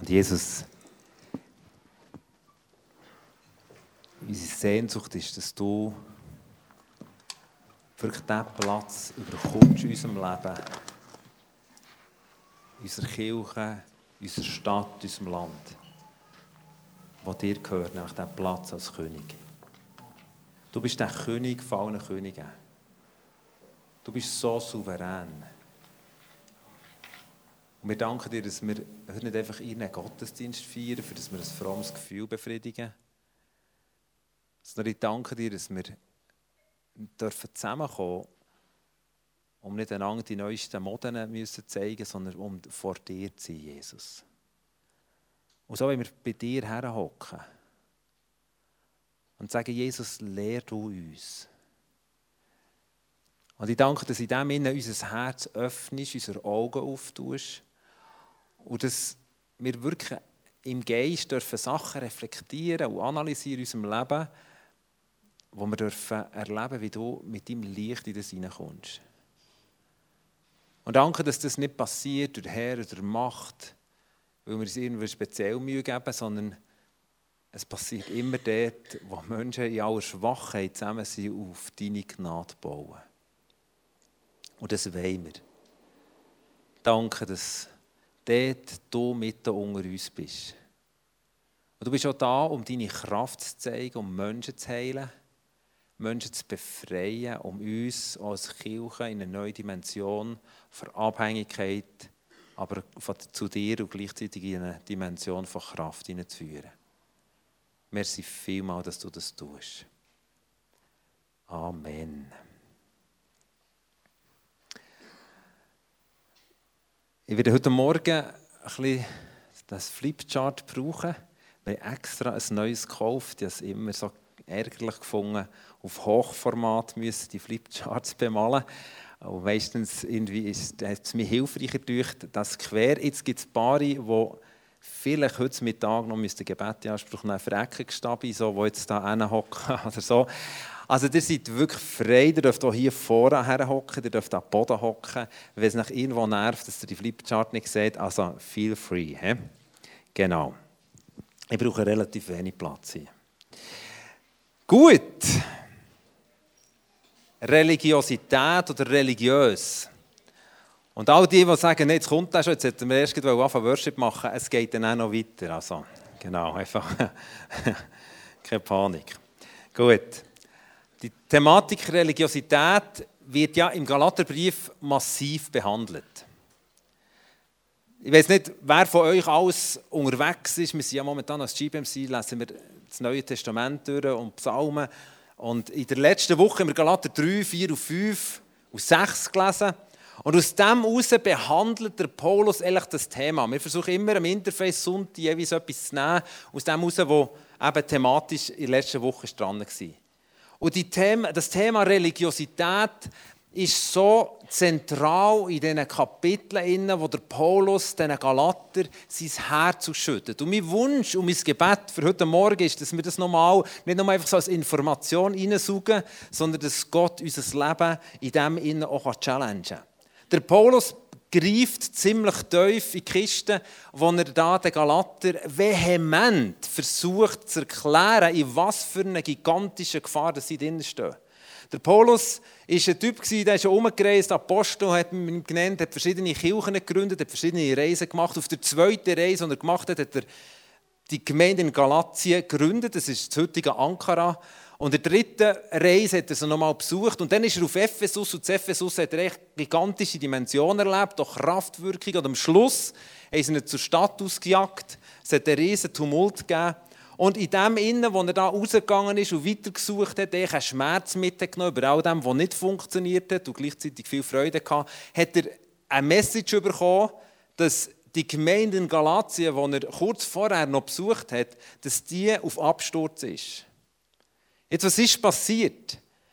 Und Jesus, unsere Sehnsucht ist, dass du wirklich diesen Platz überkommst in unserem Leben, in unserer Kirche, in unserer Stadt, in unserem Land, wo dir gehört, nämlich diesen Platz als König. Du bist der König von allen Königen. Du bist so souverän. Und wir danken dir, dass wir heute nicht einfach einen Gottesdienst feiern, für das wir ein frommes Gefühl befriedigen, sondern ich danke dir, dass wir zusammenkommen dürfen, um nicht einander die neuesten Moden zu zeigen, sondern um vor dir zu sein, Jesus. Und so wollen wir bei dir herhocken und sagen, Jesus, lehr du uns. Und ich danke, dass in dem Sinne unser Herz öffnest, unsere Augen auftust und dass wir wirklich im Geist dürfen Sachen reflektieren und analysieren in unserem Leben, wo wir dürfen erleben, wie du mit deinem Licht in das hineinkommst. Und danke, dass das nicht passiert durch Herr oder durch Macht, weil wir uns irgendwie speziell Mühe geben, sondern es passiert immer dort, wo Menschen in aller Schwachheit zusammen sind und auf deine Gnade bauen. Und das wollen wir. Danke, dass dort du mitten unter uns bist. Und du bist auch da, um deine Kraft zu zeigen, um Menschen zu heilen, Menschen zu befreien, um uns als Kirche in eine neue Dimension von Abhängigkeit, aber zu dir und gleichzeitig in eine Dimension von Kraft hineinzuführen. Merci vielmals, dass du das tust. Amen. Ich werde heute Morgen ein bisschen das Flipchart brauchen. Wir haben extra ein neues gekauft. Ich habe es immer so ärgerlich gefunden, auf Hochformat müssen die Flipcharts bemalen. Und meistens irgendwie hat es mir hilfreicher gedacht, das quer. Jetzt gibt es ein paar, die vielleicht heute Mittag noch Gebet in Anspruch nehmen für Eckenstabi, so, die jetzt da hinhocken oder so. Also ihr seid wirklich frei, ihr dürft auch hier vorne herhocken, ihr dürft am Boden hocken. Wenn es nach irgendwo nervt, dass ihr die Flipchart nicht seht, also feel free. He? Genau. Ich brauche relativ wenig Platz hier. Gut. Religiosität oder religiös. Und all die sagen, nee, jetzt kommt das schon, jetzt hätten wir erst anfangen Worship machen, es geht dann auch noch weiter. Also, genau, einfach keine Panik. Gut. Die Thematik Religiosität wird ja im Galaterbrief massiv behandelt. Ich weiss nicht, wer von euch alles unterwegs ist. Wir sind ja momentan als GBMC, lesen wir das Neue Testament durch und Psalmen. Und in der letzten Woche haben wir Galater 3, 4 und 5 und 6 gelesen. Und aus dem heraus behandelt der Paulus eigentlich das Thema. Wir versuchen immer am Interface Sonntag jeweils etwas zu nehmen, aus dem heraus, wo eben thematisch in der letzten Woche dran war. Und das Thema Religiosität ist so zentral in diesen Kapiteln, wo der Paulus diesen Galater sein Herz ausschüttet. Und mein Wunsch und mein Gebet für heute Morgen ist, dass wir das nicht nur einfach so als Information hineinsaugen, sondern dass Gott unser Leben in dem Innen auch challengen kann. Der Paulus greift ziemlich tief in die Kiste, wo er da den Galater vehement versucht zu erklären, in was für eine gigantische Gefahr sie drin stehen. Der Paulus war ein Typ, der ist umgereist, Apostel, hat ihn genannt, hat verschiedene Kirchen gegründet, hat verschiedene Reisen gemacht. Auf der zweiten Reise, die er gemacht hat, hat er die Gemeinde in Galatien gegründet, das ist das heutige Ankara. Und in der dritten Reise hat er sie nochmal besucht. Und dann ist er auf Ephesus. Und in Ephesus hat er echt gigantische Dimensionen erlebt, auch Kraftwirkung. Und am Schluss haben sie ihn zur Stadt ausgejagt. Es hat einen riesen Tumult gegeben. Und in dem Innen, wo er da rausgegangen ist und weitergesucht hat, er einen Schmerz mitgenommen über all dem, was nicht funktioniert hat und gleichzeitig viel Freude hatte, hat er eine Message bekommen, dass die Gemeinde in Galatien, die er kurz vorher noch besucht hat, dass die auf Absturz ist. Jetzt, was ist passiert?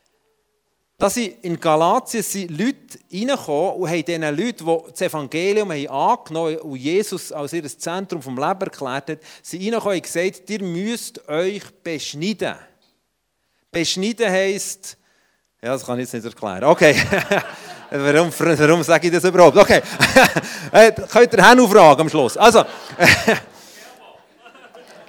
Dass in Galatien sind Leute reingekommen und haben diesen Leuten, die das Evangelium angenommen haben und Jesus als ihr Zentrum vom Leben erklärt hat, sind reingekommen und gesagt, ihr müsst euch beschneiden. Beschneiden heisst, ja, das kann ich jetzt nicht erklären. Okay, warum sage ich das überhaupt? Okay, könnt ihr Hände aufragen am Schluss. Also,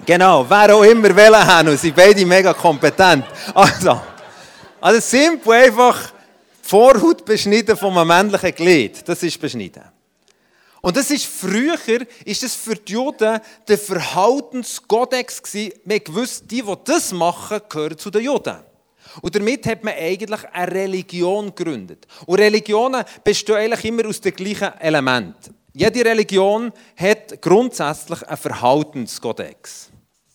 Genau, wer auch immer wählen haben, und sind beide mega kompetent. Also simpel einfach die Vorhaut beschnitten von einem männlichen Glied. Das ist beschnitten. Und das ist früher, ist das für die Juden der Verhaltenskodex gewesen. Man wusste, die das machen, gehören zu den Juden. Und damit hat man eigentlich eine Religion gegründet. Und Religionen bestehen eigentlich immer aus den gleichen Elementen. Jede Religion hat grundsätzlich einen Verhaltenskodex.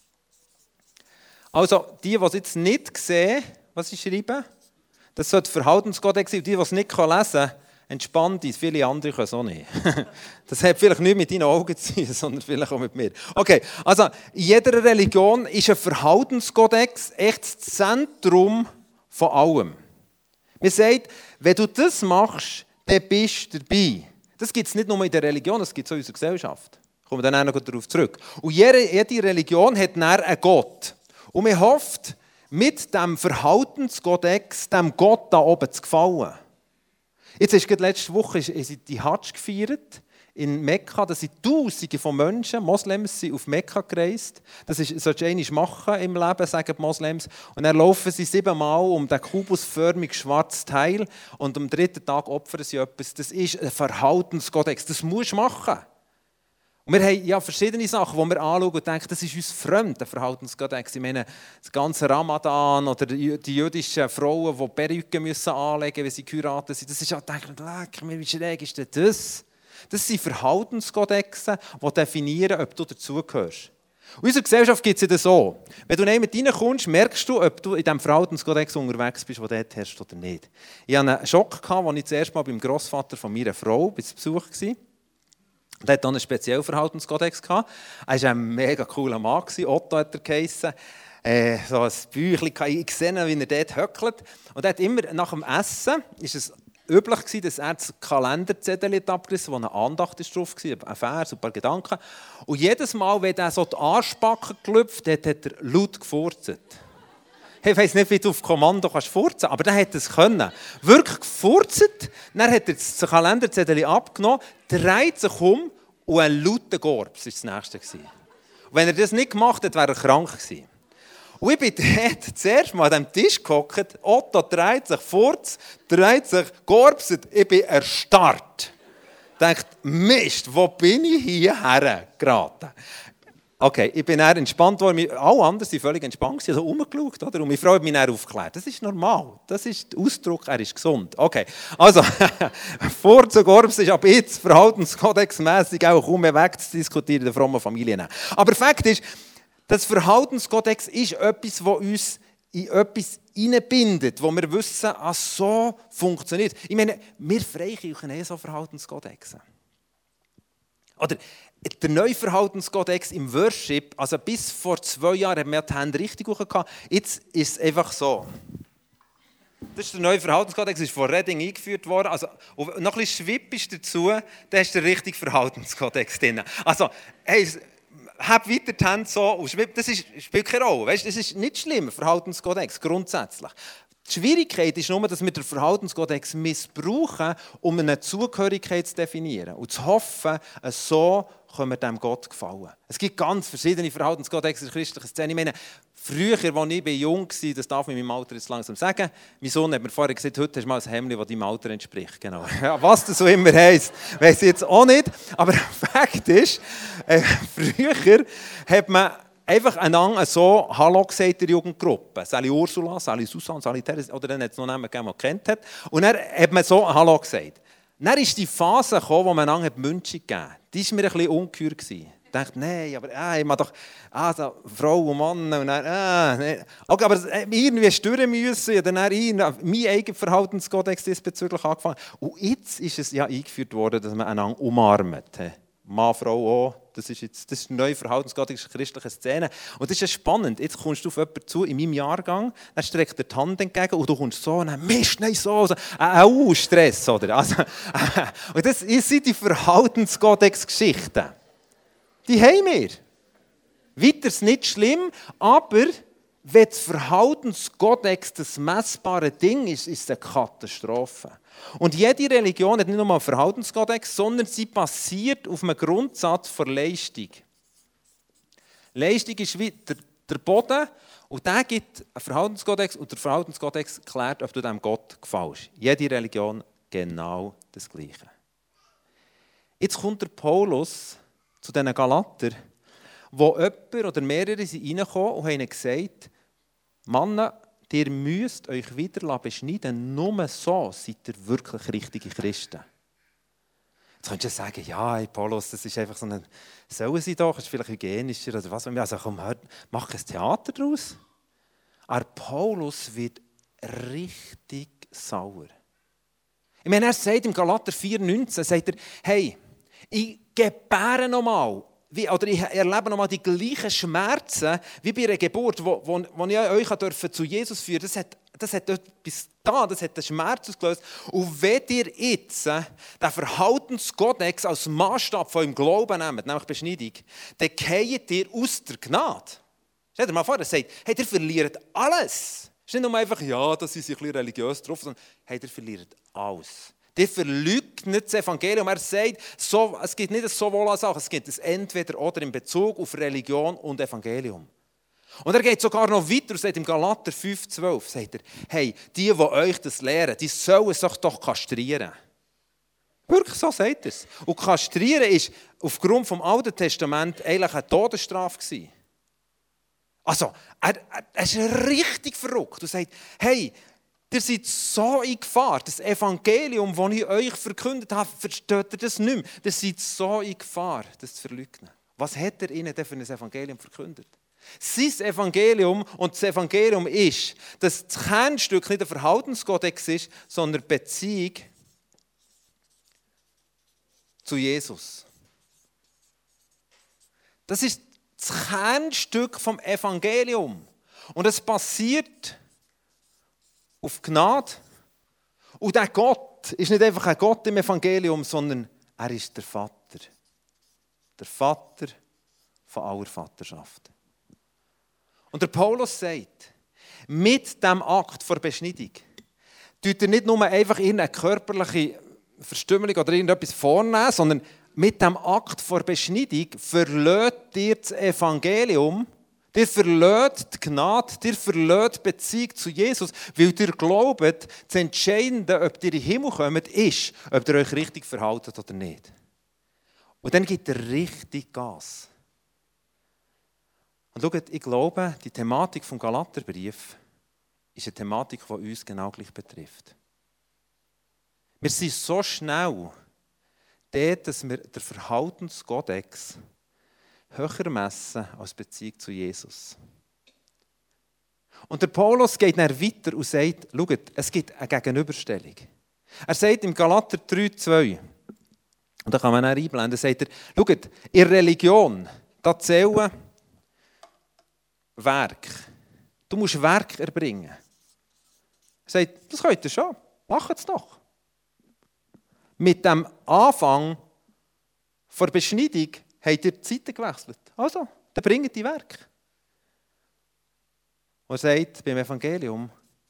Also, die es jetzt nicht sehen, was ich schreibe, das sollte Verhaltenskodex sein. Und die es nicht lesen können, entspann dich, viele andere können es auch nicht. Das hat vielleicht nicht mit deinen Augen zu tun, sondern vielleicht auch mit mir. Okay, also in jeder Religion ist ein Verhaltenskodex echt das Zentrum von allem. Man sagt, wenn du das machst, dann bist du dabei. Das gibt es nicht nur in der Religion, das gibt es auch in unserer Gesellschaft. Kommen wir dann auch noch darauf zurück. Und jede Religion hat dann einen Gott. Und man hofft, mit diesem Verhaltenskodex dem Gott da oben zu gefallen. Jetzt ist gerade letzte Woche die Hadsch gefeiert in Mekka. Da sind Tausende von Menschen, Moslems, sind auf Mekka gereist. Das solltest du einmal machen im Leben, sagen die Moslems. Und dann laufen sie 7-mal um den kubusförmigen schwarzen Teil und am 3. Tag opfern sie etwas. Das ist ein Verhaltenskodex. Das musst du machen. Und wir haben ja verschiedene Sachen, die wir anschauen und denken, das ist uns fremd, der Verhaltenskodex. Ich meine, das ganze Ramadan oder die jüdischen Frauen, die Perücken müssen anlegen müssen, wenn sie geheiratet sind. Das ist ja, denken, wie schräg ist denn das? Das sind Verhaltenskodexe, die definieren, ob du dazugehörst. In unserer Gesellschaft gibt es ja so. Wenn du mit reinkommst, merkst du, ob du in diesem Verhaltenskodex unterwegs bist, der dort herrscht oder nicht. Ich hatte einen Schock, als ich das erste Mal beim Grossvater von meiner Frau zu Besuch war. Er hatte einen speziellen Verhaltenskodex. Er war ein mega cooler Mann, Otto hat er geheissen. So ein Büchlein, ich sehe, wie er dort höckelt. Und er hat immer nach dem Essen, ist es üblich, dass er das Kalenderzettel abgerissen hat, wo eine Andacht drauf war, ein Vers, ein paar Gedanken. Und jedes Mal, wenn er so die Arschbacken gelüpft hat, hat er laut gefurzt. Ich weiss nicht, wie du auf Kommando furzen kannst, aber der hat es können. Wirklich gefurzt, dann hat er das Kalenderzettel abgenommen, dreht sich um und ein lauter Gorbs war das Nächste. Und wenn er das nicht gemacht hat, wäre er krank gewesen. Und ich bin dort zuerst mal an diesem Tisch gehockt, Otto dreht sich furzt, dreht sich, gorbset, ich bin erstarrt. Ich dachte, Mist, wo bin ich hierher geraten? Okay, ich bin dann entspannt worden. Alle anderen waren völlig entspannt, sie haben so rumgeschaut. Oder? Und meine Frau hat mich dann aufgeklärt. Das ist normal. Das ist der Ausdruck, er ist gesund. Okay, also, Furzen, Gorbs ist ab jetzt verhaltenskodex-mässig auch kaum mehr wegzudiskutieren in der frommen Familie. Aber Fakt ist, das Verhaltenskodex ist etwas, das uns in etwas hineinbindet, wo wir wissen, so funktioniert. Ich meine, wir Freikirchen haben so Verhaltenskodexe. Oder der neue Verhaltenskodex im Worship, also bis vor 2 Jahren haben wir die Hände richtig hoch gehabt. Jetzt ist es einfach so. Das ist der neue Verhaltenskodex, ist von Redding eingeführt worden. Also, und noch ein bisschen schwippisch dazu, da ist der richtige Verhaltenskodex drin. Also, hey, hab weiter die Hände so und schwipp, das spielt keine Rolle. Weißt, das ist nicht schlimm, Verhaltenskodex, grundsätzlich. Die Schwierigkeit ist nur, dass wir den Verhaltenskodex missbrauchen, um eine Zugehörigkeit zu definieren. Und zu hoffen, so können wir dem Gott gefallen. Es gibt ganz verschiedene Verhaltenskodexe in der christlichen Szene. Ich meine, früher, als ich jung war, das darf ich in meinem Alter jetzt langsam sagen, mein Sohn hat mir vorher gesagt, heute hast du mal ein Hemd, das deinem Alter entspricht. Genau. Ja, was das so immer heisst, weiss ich jetzt auch nicht. Aber Fakt ist, früher hat man einfach einander so Hallo gesagt in der Jugendgruppe. Sally Ursula, Sally Susanne, Sally Therese, oder dann hat es noch jemanden gegeben, den man kennt hat. Und dann hat man so Hallo gesagt. Dann ist die Phase gekommen, wo man einander München gegeben hat. Die war mir ein bisschen ungeheuer. Ich dachte, nein, aber ich mache doch so Frau und Mann. Und dann, nee. Okay, aber irgendwie stören müssen. Und dann mein eigener Verhaltenskodex diesbezüglich angefangen. Und jetzt ist es ja eingeführt worden, dass man einander umarmt. Mann, Frau auch. Das ist ein neuer Verhaltenskodex in der christlichen Szene. Und das ist ja spannend. Jetzt kommst du auf jemanden zu, in meinem Jahrgang, dann streckt er die Hand entgegen und du kommst so, und dann Mist, nein, so. Stress, oder? Also, und das sind die Verhaltenskodex-Geschichten. Die haben wir. Weiter ist nicht schlimm, aber wenn das Verhaltenskodex das messbare Ding ist, ist es eine Katastrophe. Und jede Religion hat nicht nur einen Verhaltenskodex, sondern sie basiert auf einem Grundsatz der Leistung. Leistung ist wie der Boden und der gibt einen Verhaltenskodex und der Verhaltenskodex klärt, ob du diesem Gott gefällst. Jede Religion genau das Gleiche. Jetzt kommt der Paulus zu diesen Galater, wo jemand oder mehrere sind reingekommen und haben ihnen gesagt, Männer, ihr müsst euch wieder beschneiden, nur so seid ihr wirklich richtige Christen. Jetzt könntest du sagen, ja, hey Paulus, das ist einfach so ein, sollen sie doch, das ist vielleicht hygienischer oder was. Also komm, mach ein Theater daraus. Aber Paulus wird richtig sauer. Ich meine, er sagt im Galater 4,19, sagt er, hey, ich gebäre nochmal, oder ich erlebe nochmal die gleichen Schmerzen wie bei einer Geburt, wo ich euch zu Jesus führen durfte. Das hat etwas da, das hat den Schmerz ausgelöst. Und wenn ihr jetzt den Verhaltenskodex als Maßstab von eurem Glauben nehmt, nämlich Beschneidung, dann fallt ihr aus der Gnade. Stellt euch mal vor, er sagt, hey, ihr verliert alles. Es ist nicht nur einfach, ja, das ist ein bisschen religiös drauf, sondern hey, ihr verliert alles. Der verleugnet das Evangelium. Er sagt, es gibt nicht ein sowohl als auch, es gibt ein entweder oder in Bezug auf Religion und Evangelium. Und er geht sogar noch weiter und sagt im Galater 5,12, sagt er, hey, die euch das lehren, die sollen sich doch kastrieren. Wirklich so sagt er es. Und kastrieren war aufgrund des Alten Testaments eigentlich eine Todesstrafe gewesen. Also, er ist richtig verrückt und sagt, hey, ihr seid so in Gefahr. Das Evangelium, das ich euch verkündet habe, versteht ihr das nicht mehr. Ihr seid so in Gefahr, das zu verleugnen. Was hat er ihnen denn für ein Evangelium verkündet? Sein Evangelium, und das Evangelium ist, dass das Kernstück nicht der Verhaltenskodex ist, sondern die Beziehung zu Jesus. Das ist das Kernstück vom Evangelium. Und es passiert auf Gnade. Und der Gott ist nicht einfach ein Gott im Evangelium, sondern er ist der Vater. Der Vater von aller Vaterschaft. Und der Paulus sagt, mit diesem Akt der Beschneidung tut er nicht nur einfach irgendeine körperliche Verstümmelung oder irgendetwas vornehmen, sondern mit diesem Akt der Beschneidung verlässt ihr das Evangelium. Ihr verlässt die Gnade, ihr verlässt die Beziehung zu Jesus, weil ihr glaubt, das Entscheidende, ob ihr in den Himmel kommt, ist, ob ihr euch richtig verhaltet oder nicht. Und dann gibt er richtig Gas. Und schaut, ich glaube, die Thematik des Galaterbrief ist eine Thematik, die uns genau gleich betrifft. Wir sind so schnell dort, dass wir den Verhaltenskodex höher messen als Beziehung zu Jesus. Und der Paulus geht dann weiter und sagt, schaut, es gibt eine Gegenüberstellung. Er sagt im Galater 3,2, und da kann man dann einblenden, sagt er, schaut, in Religion, da zählen Werk. Du musst Werk erbringen. Er sagt, das könnt ihr schon, macht es doch. Mit dem Anfang der Beschneidung habt ihr die Zeiten gewechselt. Also, dann bringt die Werke. Und er sagt, beim Evangelium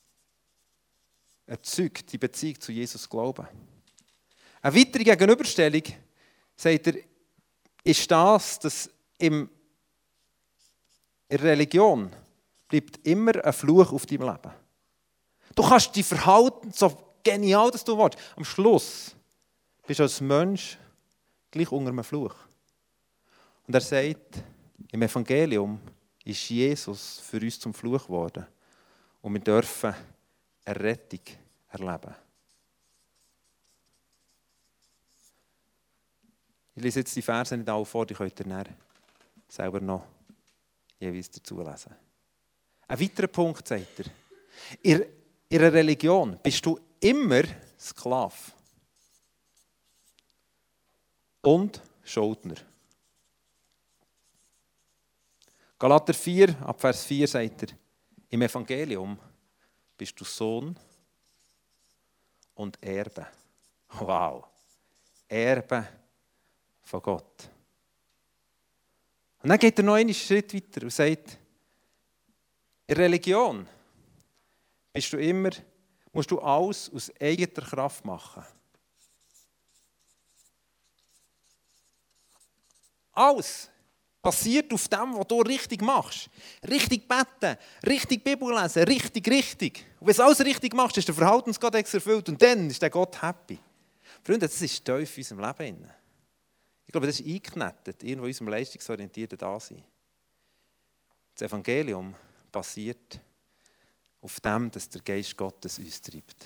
erzeugt die Beziehung zu Jesus Glauben. Eine weitere Gegenüberstellung, sagt er, ist das, dass in der Religion bleibt immer ein Fluch auf deinem Leben. Du kannst dich verhalten, so genial dass du willst. Am Schluss bist du als Mensch gleich unter einem Fluch. Und er sagt, im Evangelium ist Jesus für uns zum Fluch geworden. Und wir dürfen eine Rettung erleben. Ich lese jetzt die Verse nicht alle vor, die könnt ihr dann selber noch jeweils dazu lesen. Ein weiterer Punkt, sagt er. In einer Religion bist du immer Sklave und Schuldner. Galater 4, ab Vers 4 sagt er, im Evangelium bist du Sohn und Erbe. Wow, Erbe von Gott. Und dann geht er noch einen Schritt weiter und sagt, in Religion musst du alles aus eigener Kraft machen. Alles. Basiert auf dem, was du richtig machst. Richtig beten, richtig Bibel lesen, richtig. Und wenn du alles richtig machst, ist der Verhaltenskodex erfüllt und dann ist der Gott happy. Freunde, das ist tief in unserem Leben. Ich glaube, das ist eingeknettet, irgendwo in unserem leistungsorientierten Dasein. Das Evangelium basiert auf dem, dass der Geist Gottes uns treibt.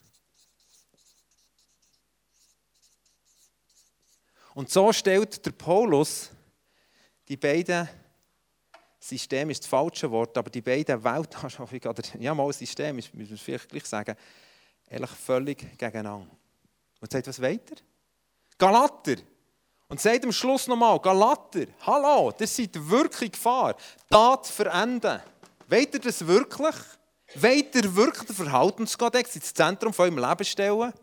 Und so stellt der Paulus die beiden Systeme, ist das falsche Wort, aber die beiden Weltanschauungen, oder ja mal System, müssen wir vielleicht gleich sagen, ehrlich völlig gegeneinander. Und sagt, was weiter? Galater. Und sagt am Schluss nochmal, Galater, hallo, ihr seid wirklich in Gefahr, Tat verenden. Wollt ihr das wirklich? Wollt ihr wirklich den Verhaltenskodex ins Zentrum von eurem Leben stellen?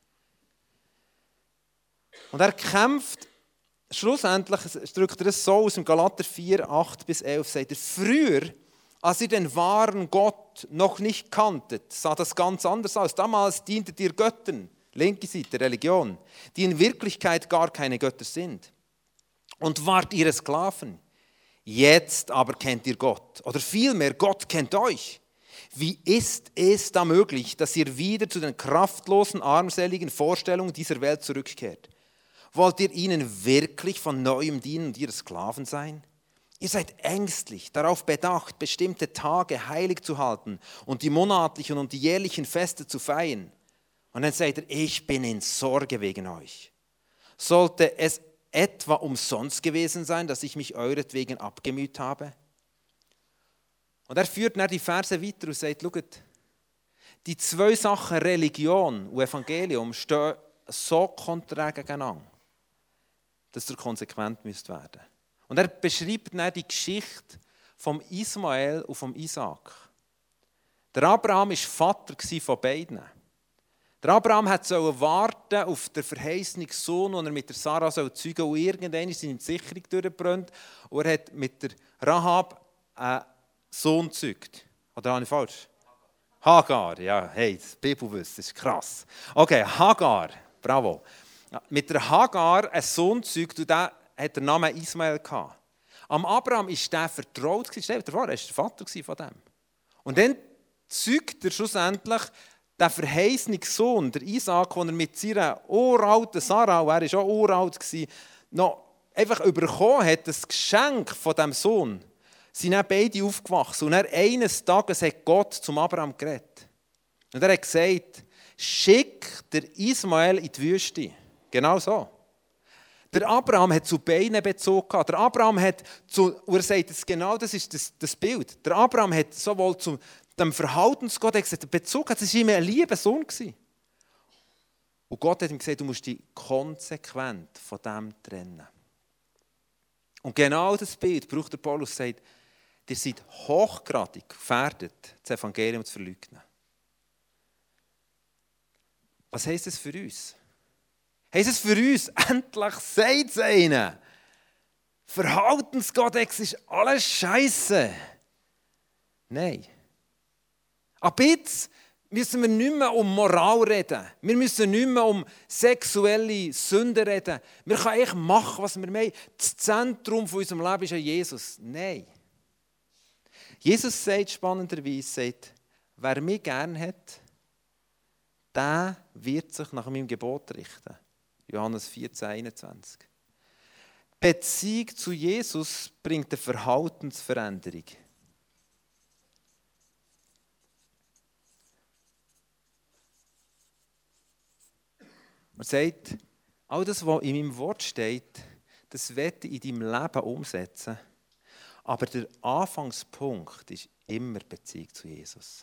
Und er kämpft, schlussendlich drückt er es so aus dem Galater 4, 8-11, sagt er, früher, als ihr den wahren Gott noch nicht kanntet, sah das ganz anders aus. Damals dientet ihr Göttern, linke Seite, Religion, die in Wirklichkeit gar keine Götter sind. Und wart ihre Sklaven. Jetzt aber kennt ihr Gott. Oder vielmehr, Gott kennt euch. Wie ist es da möglich, dass ihr wieder zu den kraftlosen, armseligen Vorstellungen dieser Welt zurückkehrt? Wollt ihr ihnen wirklich von Neuem dienen und ihre Sklaven sein? Ihr seid ängstlich, darauf bedacht, bestimmte Tage heilig zu halten und die monatlichen und die jährlichen Feste zu feiern. Und dann sagt er, ich bin in Sorge wegen euch. Sollte es etwa umsonst gewesen sein, dass ich mich euretwegen abgemüht habe? Und er führt dann die Verse weiter und sagt, schaut, die zwei Sachen Religion und Evangelium stehen so konträr gegeneinander, dass ihr konsequent müsst werden. Und er beschreibt dann die Geschichte vom Ismael und vom Isaak. Der Abraham war Vater von beiden. Der Abraham sollte warten auf den verheißenen Sohn, den er mit der Sarah zeugen sollte. Und irgendwann ist seine Sicherung durchgebrannt. Und er hat mit der Rahab einen Sohn gezeugt. Oder habe ich falsch? Hagar, ja, hey, das Bibelwissen ist krass. Okay, Hagar, bravo. Mit der Hagar einen Sohn gezeugt und der hat den Namen Ismael gehabt. Am Abraham war der vertraut. Stell dir vor, er war der Vater von dem. Und dann zeugt er schlussendlich den verheißenen Sohn, der Isaak, den er mit seiner uralten Sarah, er war auch uralt, noch einfach bekommen hat, das Geschenk von diesem Sohn. Sie sind dann beide aufgewachsen. Und dann eines Tages hat Gott zum Abraham geredet. Und er hat gesagt, schick der Ismael in die Wüste. Genau so. Der Abraham hat zu beiden Bezug gehabt. Der Abraham hat und er sagt jetzt genau, das ist das Bild. Der Abraham hat sowohl zu dem Verhaltenskodex Bezug gehabt, das war ihm ein lieber Sohn. Und Gott hat ihm gesagt, du musst dich konsequent von dem trennen. Und genau das Bild braucht der Paulus, sagt, ihr seid hochgradig gefährdet, das Evangelium zu verleugnen. Was heisst das für uns? Heisst es für uns, endlich sagt es ihnen, Verhaltenskodex ist alles Scheisse. Nein. Ab jetzt müssen wir nicht mehr um Moral reden. Wir müssen nicht mehr um sexuelle Sünden reden. Wir können echt machen, was wir wollen. Das Zentrum von unserem Leben ist ja Jesus. Nein. Jesus sagt spannenderweise, wer mich gern hat, der wird sich nach meinem Gebot richten. Johannes 14, 21. Beziehung zu Jesus bringt eine Verhaltensveränderung. Man sagt, all das, was in meinem Wort steht, das werde ich in deinem Leben umsetzen. Aber der Anfangspunkt ist immer Beziehung zu Jesus.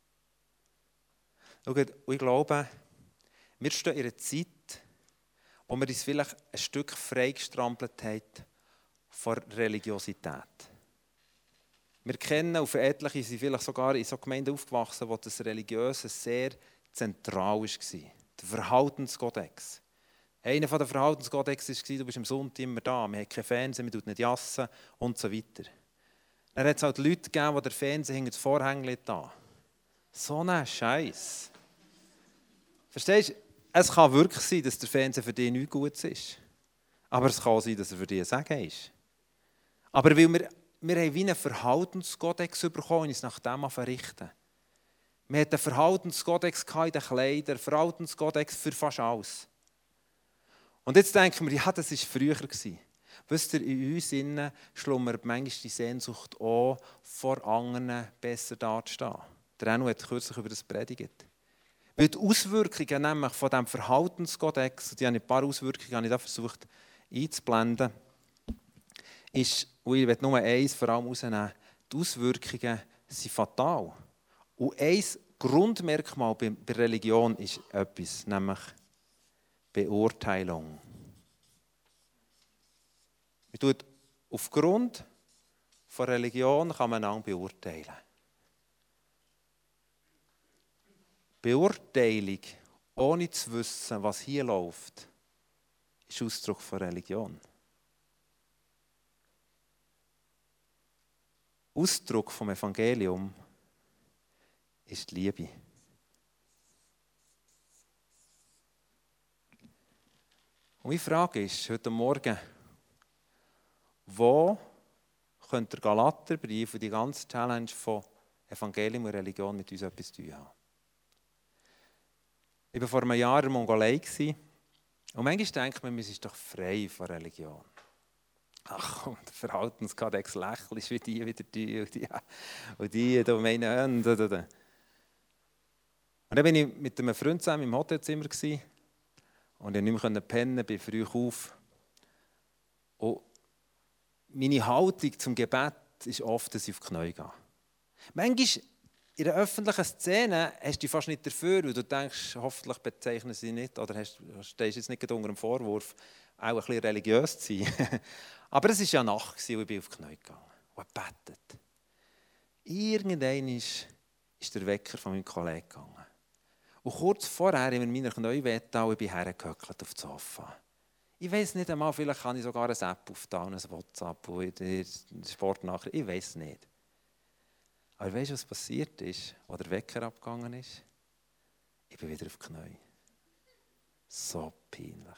Schaut, ich glaube, wir stehen in einer Zeit, wo wir uns vielleicht ein Stück freigestrampelt haben von Religiosität. Wir kennen auf etliche, sind vielleicht sogar in so Gemeinden aufgewachsen, wo das Religiöse sehr zentral war. Der Verhaltenskodex. Einer der Verhaltenskodex war, du bist am Sonntag immer da, man hat kein Fernsehen, man tut nicht jassen und so weiter. Dann hat es halt Leute gegeben, die den Fernseher hinter das Vorhängchen da. So ein Scheiß. Verstehst du? Es kann wirklich sein, dass der Fernseher für dich nichts Gutes ist. Aber es kann auch sein, dass er für dich ein Segen ist. Aber weil wir haben wie einen Verhaltenskodex bekommen und uns nach dem verrichten. Wir hatten einen Verhaltenskodex in den Kleidern, einen Verhaltenskodex für fast alles. Und jetzt denken wir, ja, das war früher. Wisst ihr, in uns innen schlummert manchmal die Sehnsucht auch, vor anderen besser dazustehen. Der Enno hat kürzlich über das predigt. Weil die Auswirkungen nämlich von diesem Verhaltenskodex, die ein paar Auswirkungen habe ich da versucht einzublenden, ist, und ich will nur eins vor allem rausnehmen, die Auswirkungen sind fatal. Und ein Grundmerkmal bei Religion ist etwas, nämlich Beurteilung. Aufgrund von Religion kann man einander beurteilen. Beurteilung, ohne zu wissen, was hier läuft, ist Ausdruck von Religion. Ausdruck vom Evangelium ist die Liebe. Und meine Frage ist heute Morgen, wo könnte der Galaterbrief und die ganze Challenge von Evangelium und Religion mit uns etwas zu tun haben? Ich war vor einem Jahr in der Mongolei und manchmal denkt man, ist doch frei von Religion. Ach komm, der Verhaltenskodex lächerlich wie die wieder die und die da meinen. Und dann bin ich mit einem Freund zusammen im Hotelzimmer und ich konnte nicht mehr pennen, bin früh auf. Und meine Haltung zum Gebet ist oft, dass ich auf die Knie gehe. Manchmal in einer öffentlichen Szene hast du dich fast nicht dafür, weil du denkst, hoffentlich bezeichnen sie nicht, oder stehst jetzt nicht unter dem Vorwurf, auch ein bisschen religiös zu sein. Aber es war ja Nacht und ich bin auf die Knie gegangen und habe gebetet. Irgendwann ist der Wecker von meinem Kollegen gegangen. Und kurz vorher haben wir meine Knie wehgetan und ich bin hergehöckelt auf das Sofa. Ich weiss nicht einmal, vielleicht kann ich sogar eine App auftauen, ein WhatsApp, wo ich Sportnachricht, ich weiss nicht. Aber weißt du, was passiert ist, als der Wecker abgegangen ist? Ich bin wieder auf die Knie. So peinlich.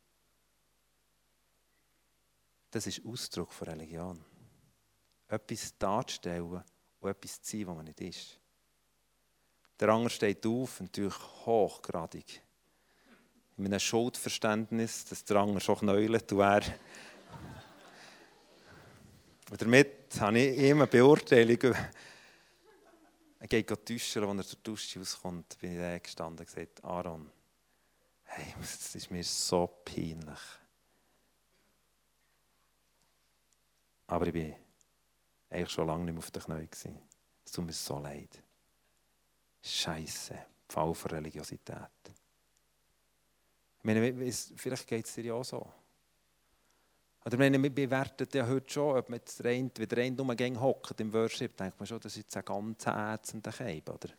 Das ist Ausdruck von Religion. Etwas darzustellen und etwas zu sein, was man nicht ist. Der andere steht auf, natürlich hochgradig. In einem Schuldverständnis, dass der andere schon knäult und er. Und damit habe ich ihm eine Beurteilung. Er geht duschen, als er zur Dusche rauskommt, bin ich gestanden und gesagt, Aaron, hey, das ist mir so peinlich. Aber ich war eigentlich schon lange nicht mehr auf den Knien. Es tut mir so leid. Scheisse, Fall von Religiosität. Ich meine, vielleicht geht es dir ja auch so. Oder wir bewerten ja heute schon, ob man jetzt wenn der eine nur gegen hockt im Worship, denkt man schon, das ist jetzt ein ganz ätzender Keib, oder?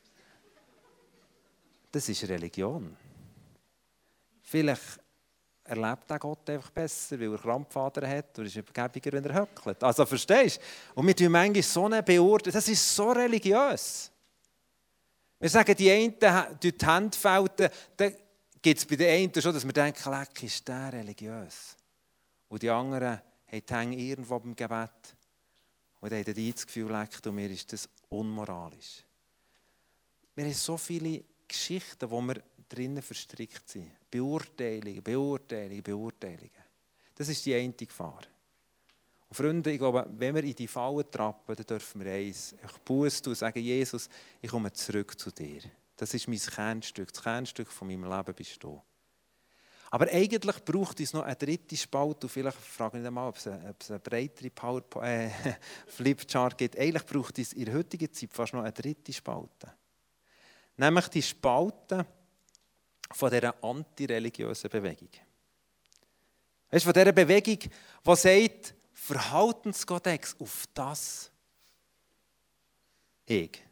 Das ist Religion. Vielleicht erlebt der Gott einfach besser, weil er Krampfadern hat und ist übergebiger, wenn er höckelt. Also verstehst du? Und wir tun manchmal so eine Beurteilung, das ist so religiös. Wir sagen, die einen die Hände falten, dann gibt es bei den einen schon, dass wir denken, leck, ist der religiös. Und die anderen haben die Hände irgendwo beim Gebet. Und haben dann das Gefühl, leck, und mir ist das unmoralisch. Wir haben so viele Geschichten, wo wir drinnen verstrickt sind. Beurteilungen. Das ist die eine Gefahr. Und Freunde, ich glaube, wenn wir in die Falle trappen, dann dürfen wir eins. Ich buße und sage, Jesus, ich komme zurück zu dir. Das ist mein Kernstück. Das Kernstück von meinem Leben bist du. Aber eigentlich braucht es noch eine dritte Spalte. Und vielleicht frage ich mich mal, ob es eine breitere Flipchart gibt. Eigentlich braucht es in der heutigen Zeit fast noch eine dritte Spalte. Nämlich die Spalte von dieser antireligiösen Bewegung. Weißt du, von dieser Bewegung, die sagt, Verhaltenskodex auf das ich.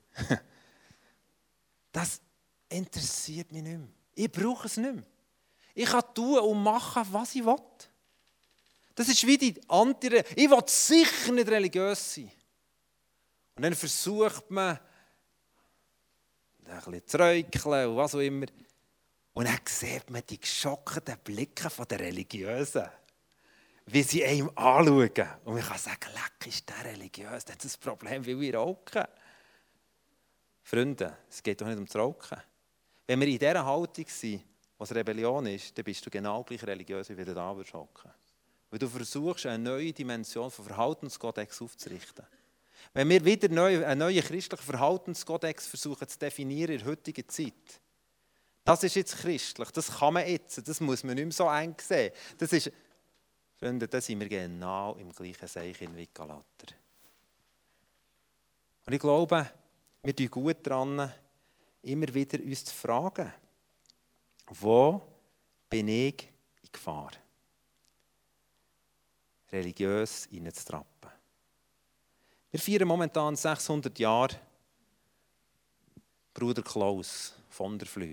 Das interessiert mich nicht mehr. Ich brauche es nicht mehr. Ich kann tun und machen, was ich will. Das ist wie die Antireligion. Ich will sicher nicht religiös sein. Und dann versucht man, ein bisschen zu räucheln und was auch immer. Und dann sieht man die geschockten Blicke der Religiösen. wie sie einem anschauen. Und man kann sagen, leck, ist der religiös, der hat ein Problem, weil wir rauchen. Freunde, es geht doch nicht ums Rauchen. Wenn wir in dieser Haltung sind, was Rebellion ist, dann bist du genau gleich religiös, wie wenn du da hocken würdest. Weil du versuchst, eine neue Dimension von Verhaltenskodex aufzurichten. Wenn wir wieder einen neuen christlichen Verhaltenskodex versuchen zu definieren in der heutigen Zeit, das ist jetzt christlich, das kann man jetzt, das muss man nicht mehr so eng sehen. Das ist, Freunde, da sind wir genau im gleichen Seich in Wickalatter. Und ich glaube, wir tun gut daran, immer wieder uns zu fragen, wo bin ich in Gefahr? Religiös hineinzutrappen. Wir feiern momentan 600 Jahre Bruder Klaus von der Flüh.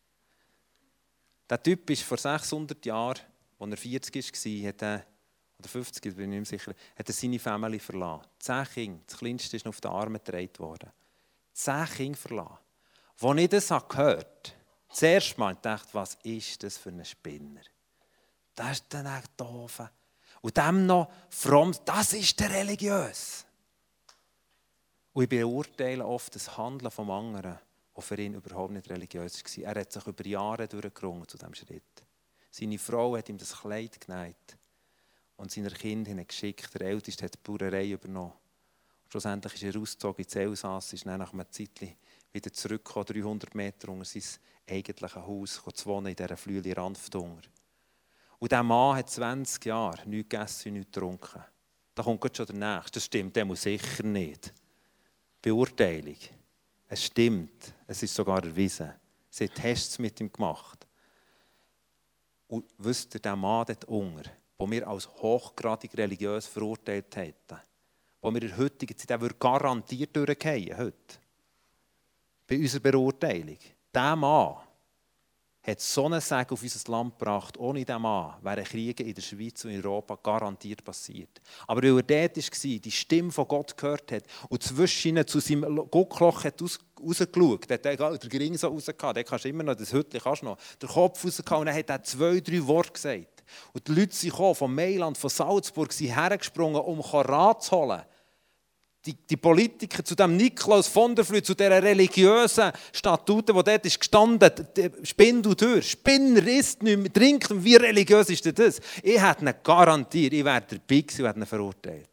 Der Typ ist vor 600 Jahren, als er 40 war, oder 50, bin ich nicht mehr sicher, hat er seine Familie verlassen. 10 Kinder, das kleinste ist noch auf den Armen getragen worden. 10 Kinder verlassen. Als ich das gehört habe, zuerst mal dachte ich, was ist das für ein Spinner? Das ist dann echt doof. Und dem noch fromm, das ist der religiös. Und ich beurteile oft das Handeln des anderen, das für ihn überhaupt nicht religiös war. Er hat sich über Jahre durchgerungen zu diesem Schritt. Seine Frau hat ihm das Kleid genäht und seine Kinder geschickt. Der Älteste hat die Bauerei übernommen. Und schlussendlich ist er ausgezogen ins Elsass, ist dann nach einer Zeit wieder zurückgekommen, 300 Meter unter sein eigentliches Haus, zu wohnen in dieser Flühle Ranftunger. Und dieser Mann hat 20 Jahre nichts gegessen und nichts getrunken. Da kommt schon der Nächste. Das stimmt, der muss sicher nicht. Beurteilung. Es stimmt. Es ist sogar erwiesen. Sie haben Tests mit ihm gemacht. Und wisst ihr, der Mann dort unten, den wir als hochgradig religiös verurteilt hätten, wo wir in der heutigen Zeit, der würde garantiert durchgehen heute. Bei unserer Beurteilung. Der Mann hat so einen Segen auf unser Land gebracht. Ohne diesen Mann wären Kriege in der Schweiz und in Europa garantiert passiert. Aber weil er dort war, die Stimme von Gott gehört hat und zwischen ihnen zu seinem Guckloch hat rausgeschaut, hat der Gring so rausgehauen, den kannst du immer noch, das Hütchen kannst du noch, den Kopf rausgehauen und dann hat er 2, 3 Worte gesagt. Und die Leute sind gekommen, von Mailand, von Salzburg, sind hergesprungen, um Rat zu holen. Die Politiker zu dem Niklaus von der Flüh, zu dieser religiösen Statute, die dort ist gestanden, spinn du durch. Spinner isst nicht mehr, trinkt nicht mehr. Wie religiös ist denn das? Ich hätte ihn garantiert, ich wäre dabei gewesen und hätte ihn verurteilt.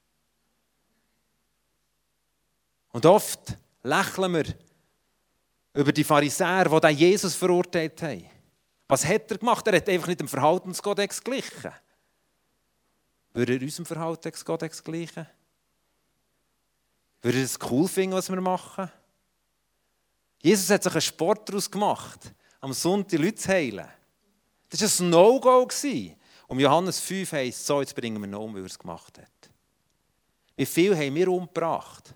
Und oft lächeln wir über die Pharisäer, die den Jesus verurteilt haben. Was hat er gemacht? Er hat einfach nicht dem Verhaltenskodex gleichen. Würde er unserem Verhaltenskodex gleichen? Würde er es cool finden, was wir machen? Jesus hat sich einen Sport daraus gemacht, am Sonntag Leute zu heilen. Das war ein No-Go. Und Johannes 5 heisst, so, jetzt bringen wir ihn um, weil er es gemacht hat. Wie viel haben wir umgebracht?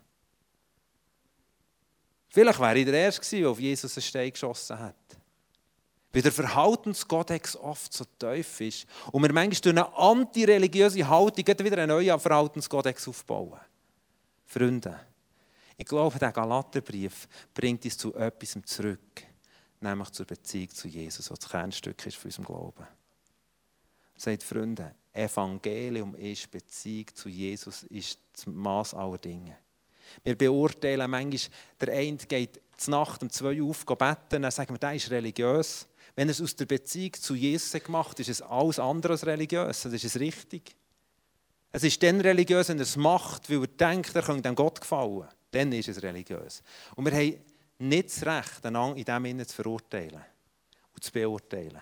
Vielleicht wäre ich der Erste gewesen, der auf Jesus einen Stein geschossen hat. Weil der Verhaltenskodex oft so tief ist und wir manchmal durch eine antireligiöse Haltung wieder einen neuen Verhaltenskodex aufbauen. Freunde, ich glaube, der Galaterbrief bringt uns zu etwas zurück, nämlich zur Beziehung zu Jesus, was das Kernstück ist für unseren Glauben. Er sagt, Freunde, Evangelium ist Beziehung zu Jesus, ist das Maß aller Dinge. Wir beurteilen manchmal, der eine geht zur Nacht um 2 Uhr auf, beten, dann sagen wir, der ist religiös. Wenn er es aus der Beziehung zu Jesus gemacht hat, ist es alles andere als religiös, das ist es richtig. Es ist dann religiös, wenn er es macht, weil er denkt, er könnte dem Gott gefallen. Dann ist es religiös. Und wir haben nicht das Recht, einander in dem Sinne zu verurteilen und zu beurteilen.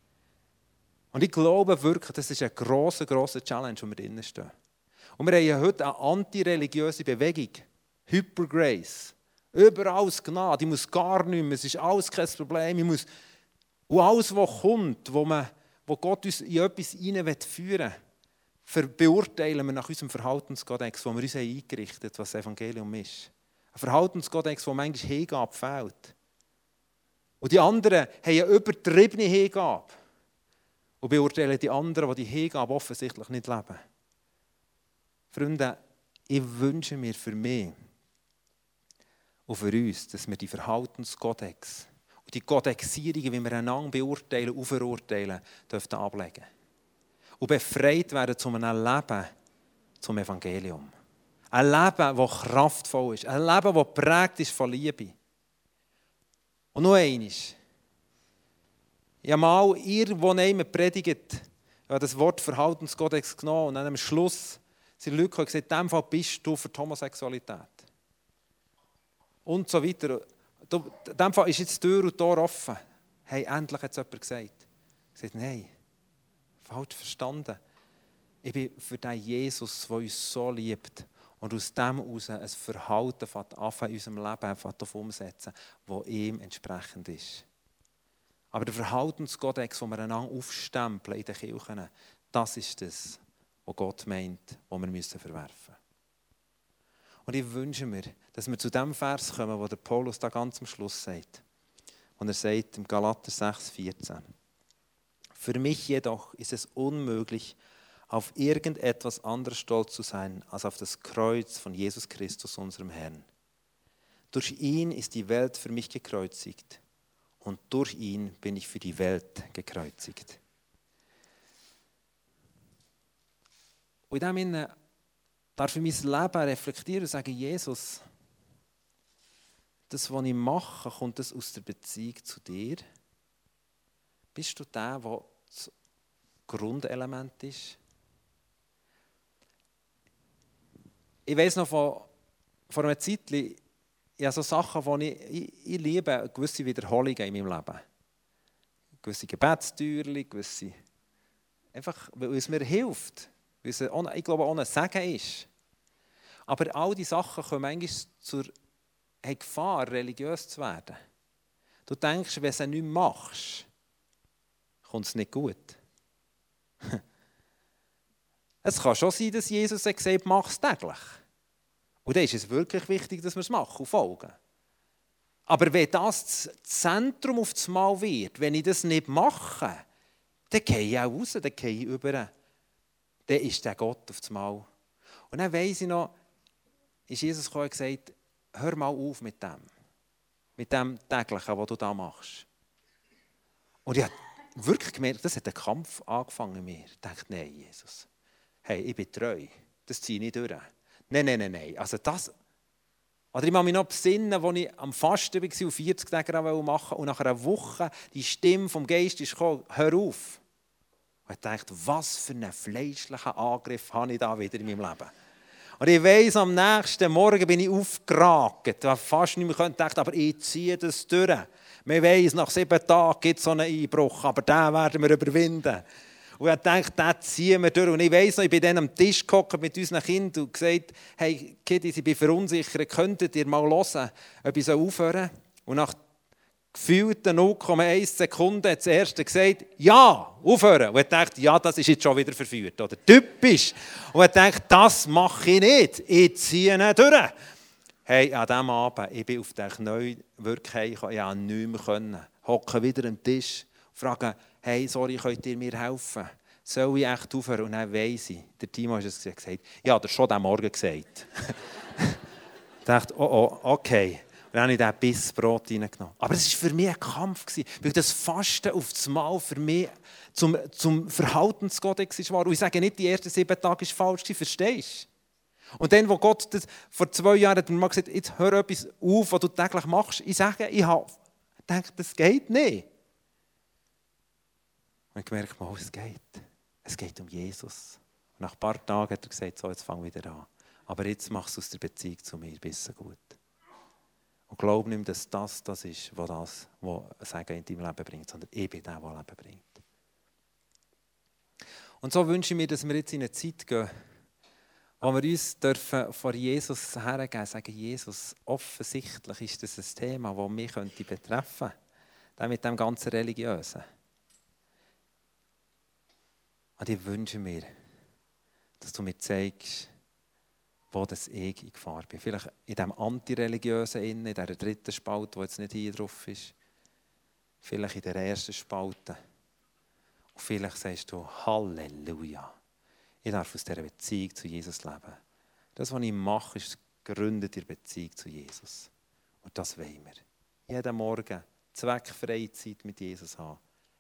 Und ich glaube wirklich, das ist eine grosse Challenge, wo wir drinnen stehen. Und wir haben heute eine antireligiöse Bewegung. Hypergrace. Überall Gnade. Ich muss gar nichts mehr. Es ist alles kein Problem. Und alles, was kommt, wo Gott uns in etwas hineinführen will, beurteilen wir nach unserem Verhaltenskodex, wo wir uns eingerichtet haben, was das Evangelium ist. Ein Verhaltenskodex, wo manchmal Hingabe fehlt. Und die anderen haben eine übertriebene Hingabe. Und beurteilen die anderen, die Hingabe offensichtlich nicht leben. Freunde, ich wünsche mir für mich und für uns, dass wir die Verhaltenskodex und die Kodexierungen, wie wir einander beurteilen und verurteilen, dürfen ablegen. und befreit werden zu einem Leben zum Evangelium. Ein Leben, das kraftvoll ist. Ein Leben, das geprägt ist von Liebe. Und noch eines. Ich habe mal irgendwo jemand predigt, ich habe das Wort Verhaltenskodex genommen und dann am Schluss sind Leute gesagt, in diesem Fall bist du für die Homosexualität. Und so weiter. In diesem Fall ist jetzt Tür und Tor offen. Hey, endlich hat es jemand gesagt. Ich sagte, nein, falsch verstanden. Ich bin für den Jesus, der uns so liebt und aus dem heraus ein Verhalten in unserem Leben umsetzen, das ihm entsprechend ist. Aber der Verhaltenskodex, den wir einander aufstempeln in den Kirchen, das ist das, was Gott meint, was wir verwerfen müssen. Und ich wünsche mir, dass wir zu dem Vers kommen, wo der Paulus da ganz am Schluss sagt. Und er sagt im Galater 6,14: Für mich jedoch ist es unmöglich, auf irgendetwas anderes stolz zu sein, als auf das Kreuz von Jesus Christus, unserem Herrn. Durch ihn ist die Welt für mich gekreuzigt und durch ihn bin ich für die Welt gekreuzigt. Und in dem Sinne darf ich mein Leben reflektieren und sagen, Jesus, das, was ich mache, kommt das aus der Beziehung zu dir? Bist du der das Grundelement ist? Ich weiss noch vor einer Zeit, ich habe so Sachen, die ich liebe, gewisse Wiederholungen in meinem Leben. Gewisse Gebetstürchen, gewisse, einfach, weil es mir hilft. Weil es, ich glaube, auch ein Segen ist. Aber all diese Sachen kommen manchmal zur Gefahr, religiös zu werden. Du denkst, wenn du es nicht machst, kommt es nicht gut. Es kann schon sein, dass Jesus gesagt hat, mach es täglich. Und dann ist es wirklich wichtig, dass wir es machen und folgen. Aber wenn das Zentrum auf das Mal wird, wenn ich das nicht mache, dann gehe ich auch raus, dann gehe ich über. Dann ist der Gott auf das Mal. Und dann weiss ich noch, ist Jesus gekommen und gesagt, hör mal auf mit dem Täglichen, was du da machst. Und ich habe wirklich gemerkt, das hat ein Kampf angefangen in mir. Ich dachte, nein, Jesus, hey, ich bin treu, das ziehe ich nicht durch. Nein. Also das, oder ich kann mich noch besinnen, als ich am Fasten war und 40 Tage machen wollte und nach einer Woche die Stimme vom Geist ist gekommen, hör auf. Und ich dachte, was für einen fleischlichen Angriff habe ich da wieder in meinem Leben. Und ich weiss, am nächsten Morgen bin ich aufgeragt, ich fast nicht mehr gedacht, aber ich ziehe das durch. Man weiss, nach 7 Tagen gibt es so einen Einbruch, aber den werden wir überwinden. Und ich dachte, den ziehen wir durch. Und ich weiss noch, ich bin dann am Tisch gehockt mit unseren Kindern und gesagt, hey Kiddies, ich bin verunsichert, könntet ihr mal hören, ob ich aufhören soll? Und nach gefühlten 0,1 Sekunden hat das Erste gesagt, ja, aufhören. Und ich dachte, ja, das ist jetzt schon wieder verführt, oder? Typisch. Und ich dachte, das mache ich nicht, ich ziehe ihn durch. Hey, an diesem Abend, ich bin auf den Knien wirklich heimgekommen, ich konnte nicht mehr. Hocke wieder am Tisch, frage, hey, sorry, könnt ihr mir helfen? Soll ich echt aufhören? Und dann weiss ich, der Timo hat es gesagt, ja, das schon am Morgen gesagt. Ich dachte, oh, okay. Und dann habe ich diesen Biss Brot reingenommen. Aber es war für mich ein Kampf, weil das Fasten auf das Mal für mich zum Verhaltenskodex war. Und ich sage nicht, die ersten 7 Tage waren falsch, verstehst du? Und dann, wo Gott das vor 2 Jahren hat mir mal gesagt, jetzt hör etwas auf, was du täglich machst. Ich sage, ich habe gedacht, das geht nicht. Und ich gemerkt, mal, es geht. Es geht um Jesus. Und nach ein paar Tagen hat er gesagt, so, jetzt fang wieder an. Aber jetzt machst du es aus der Beziehung zu mir besser gut. Und glaub nicht, dass das ist, was Segen in deinem Leben bringt, sondern ich bin der, der Leben bringt. Und so wünsche ich mir, dass wir jetzt in eine Zeit gehen, wo wir uns dürfen vor Jesus hergeben und sagen, Jesus, offensichtlich ist das ein Thema, das mich betreffen könnte. Das mit dem ganzen Religiösen. Und ich wünsche mir, dass du mir zeigst, wo das ich in Gefahr bin. Vielleicht in diesem Antireligiösen, in dieser 3. Spalte, die jetzt nicht hier drauf ist. Vielleicht in der 1. Spalte. Und vielleicht sagst du, Halleluja. Ich darf aus dieser Beziehung zu Jesus leben. Das, was ich mache, ist gegründet in der Beziehung zu Jesus. Und das wollen wir. Jeden Morgen zweckfreie Zeit mit Jesus haben.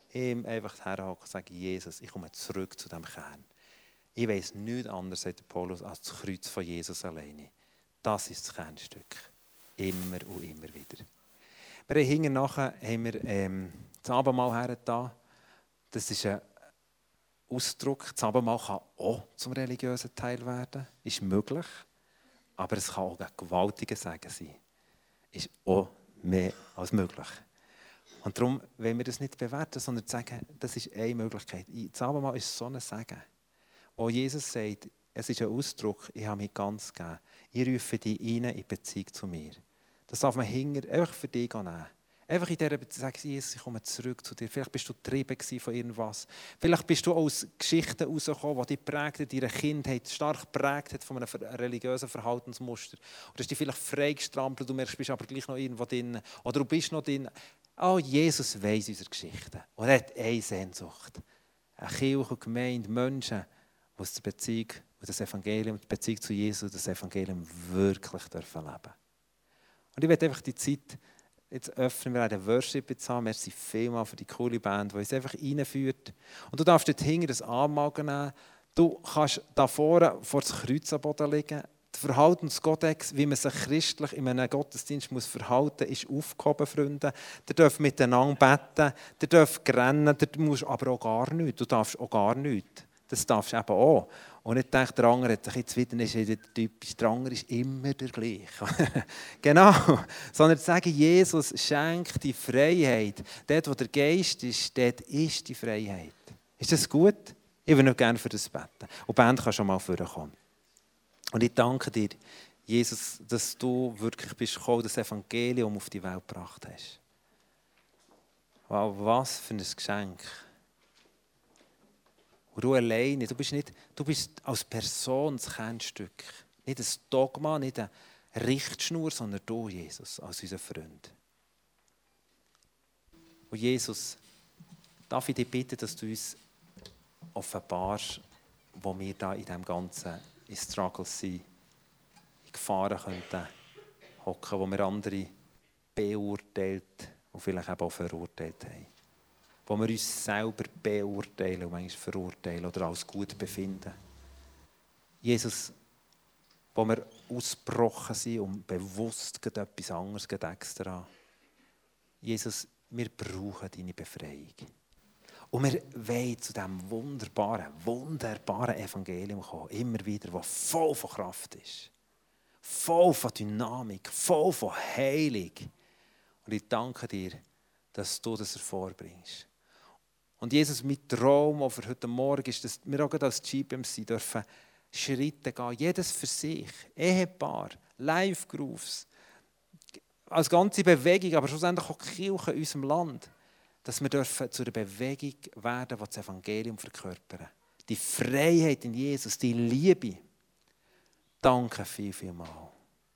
ihm einfach herhocken und sagen, Jesus, ich komme zurück zu diesem Kern. Ich weiss nichts anderes, sagt Paulus, als das Kreuz von Jesus alleine. Das ist das Kernstück. Immer und immer wieder. Wir haben hinten nachher das Abendmahl hergetan. Das ist ein Ausdruck. Das Abendmahl kann auch zum religiösen Teil werden. Ist möglich. Aber es kann auch ein gewaltiger Segen sein. Ist auch mehr als möglich. Und darum wollen wir das nicht bewerten, sondern sagen, das ist eine Möglichkeit. Das Abendmahl ist so ein Segen, wo Jesus sagt, es ist ein Ausdruck, ich habe mich ganz gegeben. Ich rufe dich rein in Beziehung zu mir. Das darf man einfach für dich nehmen. Einfach in dieser Beziehung sagen, Jesus, ich komme zurück zu dir. Vielleicht bist du getrieben von irgendwas. Vielleicht bist du aus Geschichten herausgekommen, die dich prägt, deine Kindheit stark geprägt hat von einem religiösen Verhaltensmuster. Oder hast dich vielleicht freigestrampelt, du merkst, du bist aber gleich noch irgendwo drin. Oder du bist noch drin. Oh, Jesus weiss unsere Geschichten. Und er hat eine Sehnsucht. Eine Kirche und Gemeinde, Menschen, die die Beziehung und das Evangelium, die Beziehung zu Jesus, das Evangelium wirklich leben dürfen. Und ich werde einfach die Zeit jetzt öffnen. Wir werden Worship jetzt haben. Merci vielmals für die coole Band, die uns einfach reinführt. Und du darfst dort hinten das Abendmahl nehmen. Du kannst da vorne vor das Kreuz am Boden liegen. Der Verhaltenskodex, wie man sich christlich in einem Gottesdienst muss verhalten muss, ist aufgehoben, Freunde. Ihr dürft miteinander beten, ihr dürft rennen, ihr musst aber auch gar nichts. Du darfst auch gar nichts. Das darfst du eben auch. Und nicht denken, der andere hat sich jetzt wieder, ist wieder typisch, der andere ist immer der gleiche. Genau. Sondern zu sagen, Jesus schenkt die Freiheit. Dort, wo der Geist ist, dort ist die Freiheit. Ist das gut? Ich würde noch gerne für das beten. Und die Band kann schon mal vorkommen. Und ich danke dir, Jesus, dass du wirklich bist gekommen, das Evangelium auf die Welt gebracht hast. Wow, was für ein Geschenk. Und du alleine, du bist als Person das Kernstück. Nicht ein Dogma, nicht eine Richtschnur, sondern du, Jesus, als unser Freund. Und Jesus, darf ich dich bitten, dass du uns offenbarst, wo wir da in diesem ganzen Struggles sind, in Gefahren könnten hocken, wo wir andere beurteilt und vielleicht eben auch verurteilt haben. Wo wir uns selber beurteilen und manchmal verurteilen oder als gut befinden. Jesus, wo wir ausgebrochen sind und bewusst etwas anderes extra. Jesus, wir brauchen deine Befreiung. Und wir wollen zu diesem wunderbaren Evangelium kommen, immer wieder, das voll von Kraft ist, voll von Dynamik, voll von Heilung. Und ich danke dir, dass du das hervorbringst. Und Jesus, mein Traum auch für heute Morgen ist, dass wir auch als GPMC dürfen Schritte gehen, jedes für sich, Ehepaar, Live-Groups, als ganze Bewegung, aber schlussendlich auch die Kirche in unserem Land, dass wir dürfen zu einer Bewegung werden, die das Evangelium verkörpern. Die Freiheit in Jesus, die Liebe. Danke vielmals.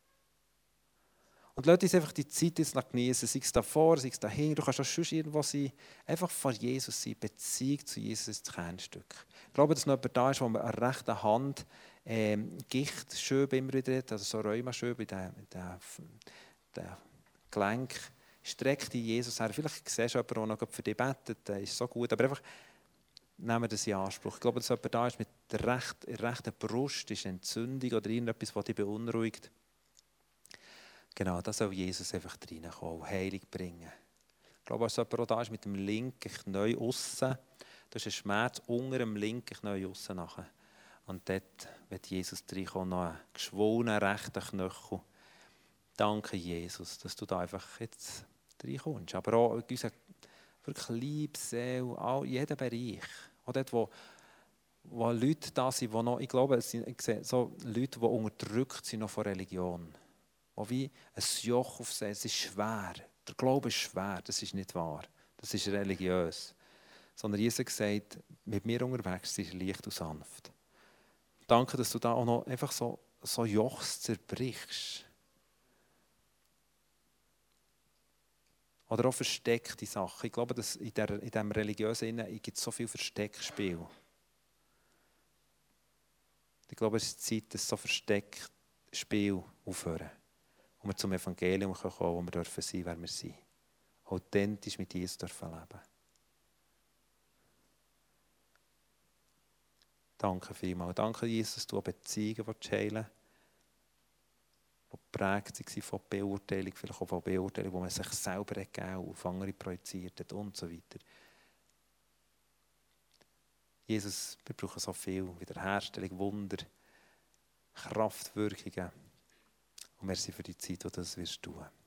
Und lass uns einfach die Zeit jetzt noch genießen, sei es davor, sei es dahin. Du kannst auch schon irgendwo sein. Einfach vor Jesus sein, Beziehung zu Jesus ist das Kernstück. Ich glaube, dass noch jemand da ist, wo man an der rechten Hand Gichtschöbe immer wieder hat, also so Rheumaschöbe in den Gelenk. Streck dich Jesus her. Vielleicht siehst du jemanden, der noch für dich betet, das ist so gut. Aber einfach nehmen wir das in Anspruch. Ich glaube, dass jemand da ist mit der rechten Brust, ist eine Entzündung oder irgendetwas, das dich beunruhigt. Genau, da soll Jesus einfach reinkommen und Heilung bringen. Ich glaube, dass jemand auch da ist mit dem linken Knie aussen. Da ist ein Schmerz unter dem linken Knie aussen nachher. Und dort wird Jesus reinkommen, noch einen geschwollenen rechten Knöchel. Danke, Jesus, dass du da einfach jetzt reinkommst. Aber auch in unserer wirklich Liebe, Seele, in jedem Bereich. Auch dort, wo Leute da sind, die noch, ich glaube, ich sehe so Leute, die unterdrückt sind noch von Religion. Die wie ein Joch auf sie. Es ist schwer. Der Glaube ist schwer, das ist nicht wahr. Das ist religiös. Sondern Jesus sagt, mit mir unterwegs ist leicht und sanft. Danke, dass du da auch noch einfach so Jochs zerbrichst. Oder auch versteckte Sachen. Ich glaube, dass in diesem religiösen Innen gibt es so viel Versteckspiel. Ich glaube, es ist Zeit, dass so Versteckspiel aufhören. Und wir zum Evangelium kommen, wo wir sein dürfen, wer wir sind. Authentisch mit Jesus dürfen leben. Danke vielmals. Danke, Jesus, dass du auch Beziehungen heilen willst, die geprägt waren von Beurteilung, vielleicht auch von Beurteilung, wo man sich selber gegeben und auf andere projiziert hat und so weiter. Jesus, wir brauchen so viel Wiederherstellung, Wunder, Kraftwirkungen. Und merci für die Zeit, die du das tun wirst.